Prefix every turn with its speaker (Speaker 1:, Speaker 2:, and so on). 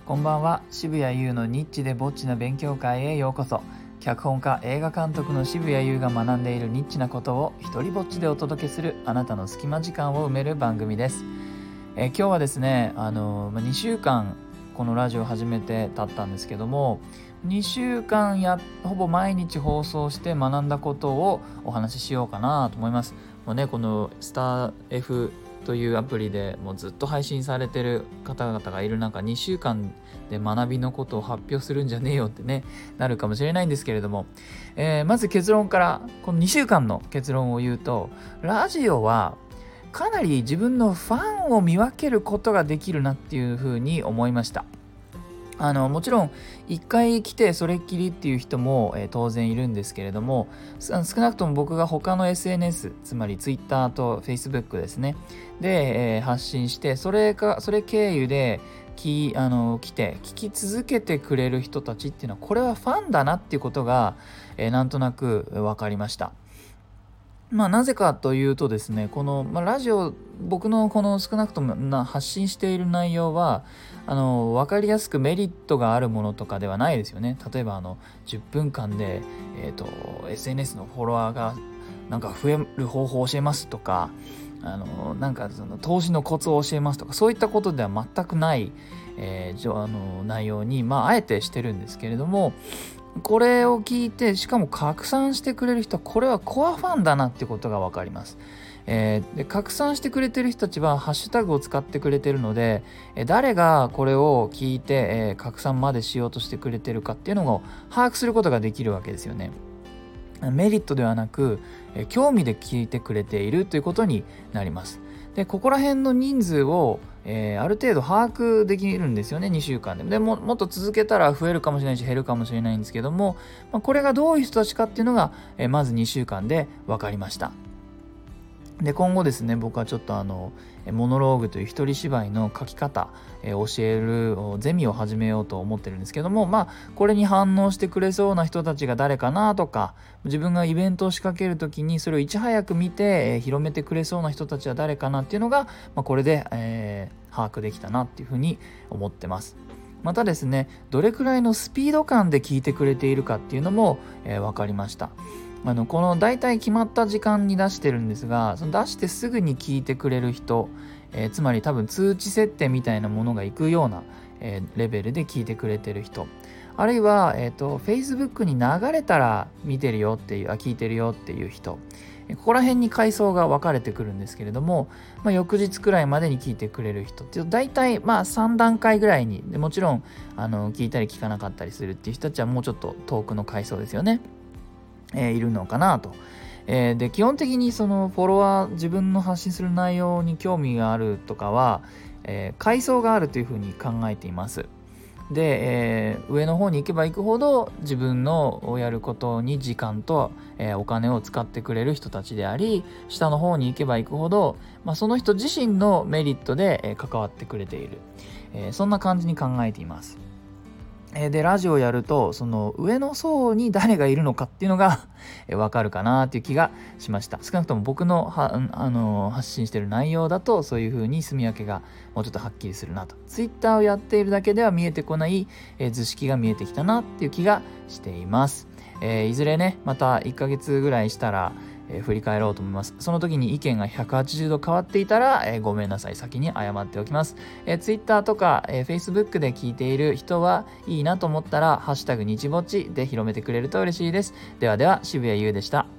Speaker 1: こんばんは。渋谷優のニッチでぼっちな勉強会へようこそ。脚本家映画監督の渋谷優が学んでいるニッチなことを一人ぼっちでお届けするあなたの隙間時間を埋める番組です。今日はですね2週間このラジオ始めて経ったんですけども、2週間ほぼ毎日放送して学んだことをお話ししようかなと思います。もうね、このスター Fというアプリでもうずっと配信されてる方々がいる中、2週間で学びのことを発表するんじゃねえよってねなるかもしれないんですけれども、まず結論からこの2週間の結論を言うと、ラジオはかなり自分のファンを見分けることができるなっていうふうに思いました。もちろん1回来てそれっきりっていう人も、当然いるんですけれども、少なくとも僕が他の SNS つまり Twitter と Facebook ですねで、発信して、それ経由で来て聞き続けてくれる人たちっていうのは、これはファンだなっていうことが、なんとなく分かりました。なぜかというとですね、この、ラジオ、僕のこの少なくとも発信している内容は分かりやすくメリットがあるものとかではないですよね。例えば10分間で、SNS のフォロワーがなんか増える方法を教えますとか、なんかその投資のコツを教えますとか、そういったことでは全くない、内容に、あえてしてるんですけれども、これを聞いてしかも拡散してくれる人は、これはコアファンだなってことが分かります。で拡散してくれてる人たちはハッシュタグを使ってくれてるので、誰がこれを聞いて、拡散までしようとしてくれてるかっていうのを把握することができるわけですよね。メリットではなく、興味で聞いてくれているということになります。でここら辺の人数を、ある程度把握できるんですよね、2週間で。もっと続けたら増えるかもしれないし減るかもしれないんですけども、これがどういう人たちかっていうのが、まず2週間で分かりました。で今後ですね、僕はちょっとモノローグという一人芝居の書き方、教えるゼミを始めようと思ってるんですけども、これに反応してくれそうな人たちが誰かなとか、自分がイベントを仕掛けるときにそれをいち早く見て、広めてくれそうな人たちは誰かなっていうのが、これで、把握できたなっていうふうに思ってます。またですね、どれくらいのスピード感で聞いてくれているかっていうのも、分かりました。この大体決まった時間に出してるんですが、その出してすぐに聞いてくれる人、つまり多分通知設定みたいなものがいくような、レベルで聞いてくれてる人、あるいは、Facebook に流れたら見てるよっていう、聞いてるよっていう人、ここら辺に階層が分かれてくるんですけれども、翌日くらいまでに聞いてくれる人って大体3段階ぐらいに、でもちろん聞いたり聞かなかったりするっていう人たちはもうちょっと遠くの階層ですよね。いるのかなと。で基本的にそのフォロワー、自分の発信する内容に興味があるとかは、階層があるというふうに考えています。で、上の方に行けば行くほど自分のやることに時間と、お金を使ってくれる人たちであり、下の方に行けば行くほど、その人自身のメリットで、関わってくれている、そんな感じに考えています。でラジオをやると、その上の層に誰がいるのかっていうのが分かるかなっていう気がしました。少なくとも僕の発信している内容だと、そういう風に住み分けがもうちょっとはっきりするなと。ツイッターをやっているだけでは見えてこない、図式が見えてきたなっていう気がしています。いずれね、また1ヶ月ぐらいしたら振り返ろうと思います。その時に意見が180度変わっていたら、ごめんなさい、先に謝っておきます。Twitter とか、Facebook で聞いている人はいいなと思ったら、ハッシュタグ日ぼっちで広めてくれると嬉しいです。ではでは、渋谷優でした。